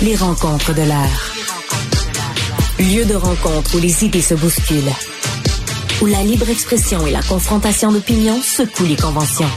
Les rencontres de l'heure. Lieu de rencontre où les idées se bousculent. Où la libre expression et la confrontation d'opinions secouent les conventions.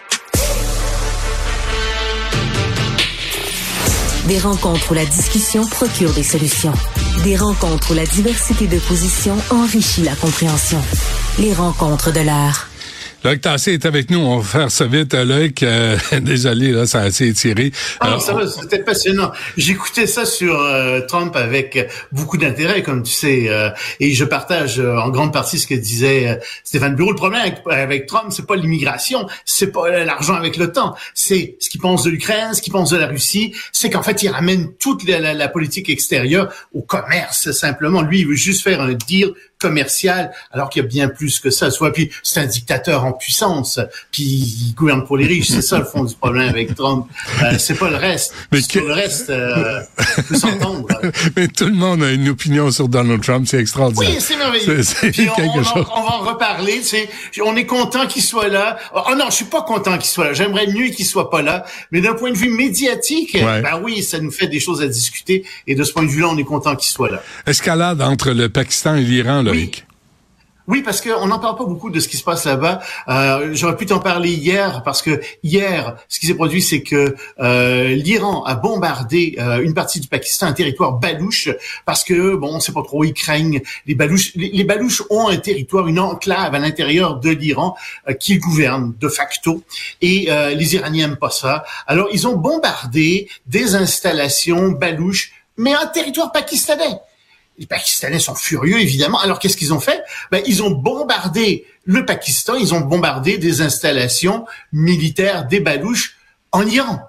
Des rencontres où la discussion procure des solutions. Des rencontres où la diversité de positions enrichit la compréhension. Les rencontres de l'heure. Loïc Tassé est avec nous. On va faire ça vite, Loïc. Désolé, là, ça a assez étiré. Ça va, c'était passionnant. J'écoutais ça sur Trump avec beaucoup d'intérêt, comme tu sais, et je partage en grande partie ce que disait Stéphane Bureau. Le problème avec Trump, c'est pas l'immigration, c'est pas l'argent avec l'OTAN, c'est ce qu'il pense de l'Ukraine, ce qu'il pense de la Russie, c'est qu'en fait, il ramène toute la politique extérieure au commerce, simplement. Lui, il veut juste faire un deal commercial, alors qu'il y a bien plus que ça. Soit, puis c'est un dictateur en puissance, puis il gouverne pour les riches. C'est ça le fond du problème avec Trump. C'est pas le reste. Mais le reste peut s'entendre. Mais tout le monde a une opinion sur Donald Trump, c'est extraordinaire. Oui, c'est merveilleux. Puis on va en reparler. On est content qu'il soit là. Oh non, je suis pas content qu'il soit là. J'aimerais mieux qu'il soit pas là. Mais d'un point de vue médiatique, ben oui, ça nous fait des choses à discuter. Et de ce point de vue-là, on est content qu'il soit là. Escalade entre le Pakistan et l'Iran, Loïc. Oui, parce que on n'en parle pas beaucoup de ce qui se passe là-bas. J'aurais pu t'en parler hier, parce que hier, ce qui s'est produit, c'est que l'Iran a bombardé une partie du Pakistan, un territoire balouche, parce que, bon, on sait pas trop, ils craignent les balouches. Les balouches ont un territoire, une enclave à l'intérieur de l'Iran qu'ils gouvernent de facto, et les Iraniens n'aiment pas ça. Alors, ils ont bombardé des installations balouches, mais un territoire pakistanais. Les Pakistanais sont furieux, évidemment. Alors, qu'est-ce qu'ils ont fait? Ils ont bombardé le Pakistan, ils ont bombardé des installations militaires, des balouches, en Iran.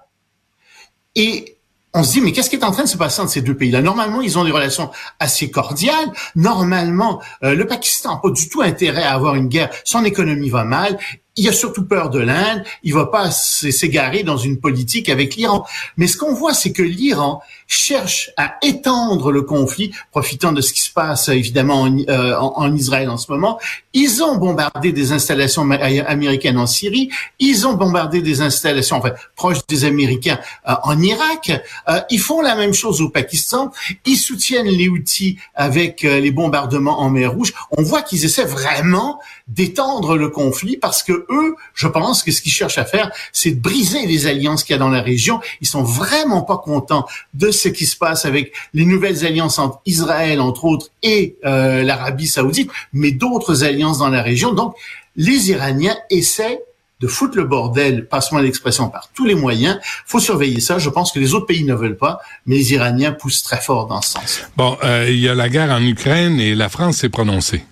Et on se dit, mais qu'est-ce qui est en train de se passer entre ces deux pays-là? Normalement, ils ont des relations assez cordiales. Normalement, le Pakistan n'a pas du tout intérêt à avoir une guerre. Son économie va mal. Il a surtout peur de l'Inde. Il va pas s'égarer dans une politique avec l'Iran. Mais ce qu'on voit, c'est que l'Iran cherche à étendre le conflit, profitant de ce qui se passe évidemment en Israël en ce moment. Ils ont bombardé des installations américaines en Syrie. Ils ont bombardé des installations proches des Américains en Irak. Ils font la même chose au Pakistan. Ils soutiennent les Houthis avec les bombardements en mer Rouge. On voit qu'ils essaient vraiment d'étendre le conflit parce que eux, je pense que ce qu'ils cherchent à faire, c'est de briser les alliances qu'il y a dans la région. Ils sont vraiment pas contents de ce qui se passe avec les nouvelles alliances entre Israël, entre autres, et l'Arabie Saoudite, mais d'autres alliances dans la région. Donc, les Iraniens essaient de foutre le bordel, passe-moi l'expression, par tous les moyens. Faut surveiller ça. Je pense que les autres pays ne veulent pas, mais les Iraniens poussent très fort dans ce sens. Bon, il y a la guerre en Ukraine et la France s'est prononcée.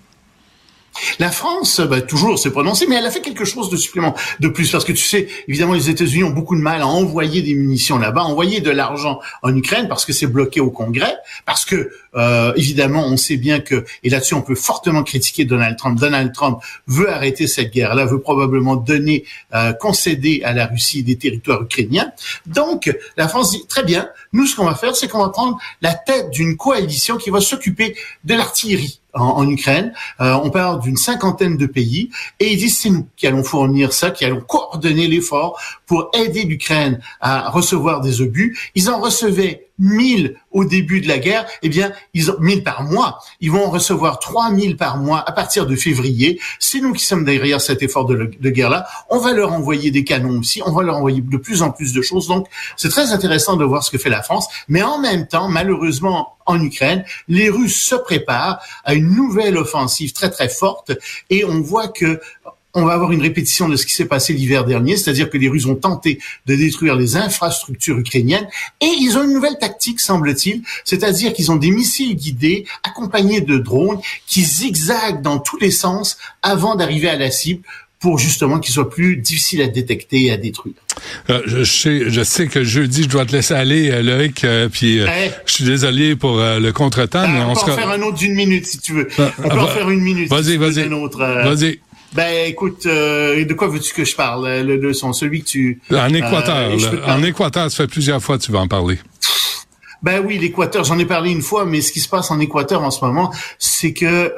La France, toujours s'est prononcée, mais elle a fait quelque chose de plus, parce que tu sais, évidemment, les États-Unis ont beaucoup de mal à envoyer des munitions là-bas, envoyer de l'argent en Ukraine, parce que c'est bloqué au Congrès, parce que, évidemment, on sait bien que, et là-dessus, on peut fortement critiquer Donald Trump. Donald Trump veut arrêter cette guerre-là, veut probablement concéder à la Russie des territoires ukrainiens. Donc, la France dit, très bien, nous, ce qu'on va faire, c'est qu'on va prendre la tête d'une coalition qui va s'occuper de l'artillerie en Ukraine. On parle d'une 50aine de pays, et ils disent c'est nous qui allons fournir ça, qui allons coordonner l'effort pour aider l'Ukraine à recevoir des obus. Ils en recevaient 1000 au début de la guerre, eh bien, ils ont 1000 par mois. Ils vont en recevoir 3000 par mois à partir de février. C'est nous qui sommes derrière cet effort de guerre-là. On va leur envoyer des canons aussi. On va leur envoyer de plus en plus de choses. Donc, c'est très intéressant de voir ce que fait la France. Mais en même temps, malheureusement, en Ukraine, les Russes se préparent à une nouvelle offensive très, très forte. Et on voit que on va avoir une répétition de ce qui s'est passé l'hiver dernier, c'est-à-dire que les Russes ont tenté de détruire les infrastructures ukrainiennes, et ils ont une nouvelle tactique, semble-t-il, c'est-à-dire qu'ils ont des missiles guidés accompagnés de drones qui zigzaguent dans tous les sens avant d'arriver à la cible, pour justement qu'il soit plus difficile à détecter et à détruire. Je sais que jeudi, je dois te laisser aller, Loïc, puis je suis désolé pour le contretemps, mais on peut en faire un autre d'une minute, si tu veux. On peut en faire une minute. Vas-y. Vas-y. Écoute, de quoi veux-tu que je parle? Le son, celui que tu... En Équateur. En Équateur, ça fait plusieurs fois que tu vas en parler. Ben oui, l'Équateur, j'en ai parlé une fois, mais ce qui se passe en Équateur en ce moment, c'est que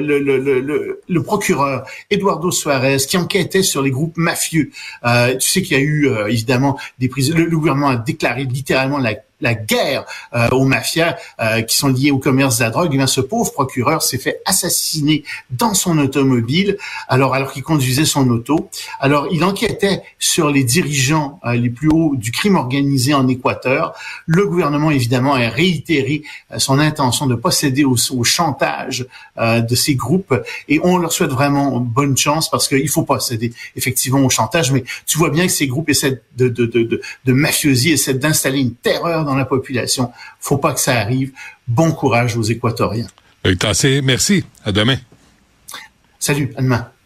le procureur Eduardo Suarez, qui enquêtait sur les groupes mafieux, tu sais qu'il y a eu évidemment des prises. Le gouvernement a déclaré littéralement la la guerre aux mafias qui sont liées au commerce de la drogue, ce pauvre procureur s'est fait assassiner dans son automobile alors qu'il conduisait son auto. Alors, il enquêtait sur les dirigeants les plus hauts du crime organisé en Équateur. Le gouvernement, évidemment, a réitéré son intention de pas céder au chantage de ces groupes, et on leur souhaite vraiment bonne chance, parce qu'il faut pas céder effectivement au chantage, mais tu vois bien que ces groupes essaient de mafiosi, essaient d'installer une terreur dans la population. Faut pas que ça arrive. Bon courage aux Équatoriens. Merci. À demain. Salut, à demain.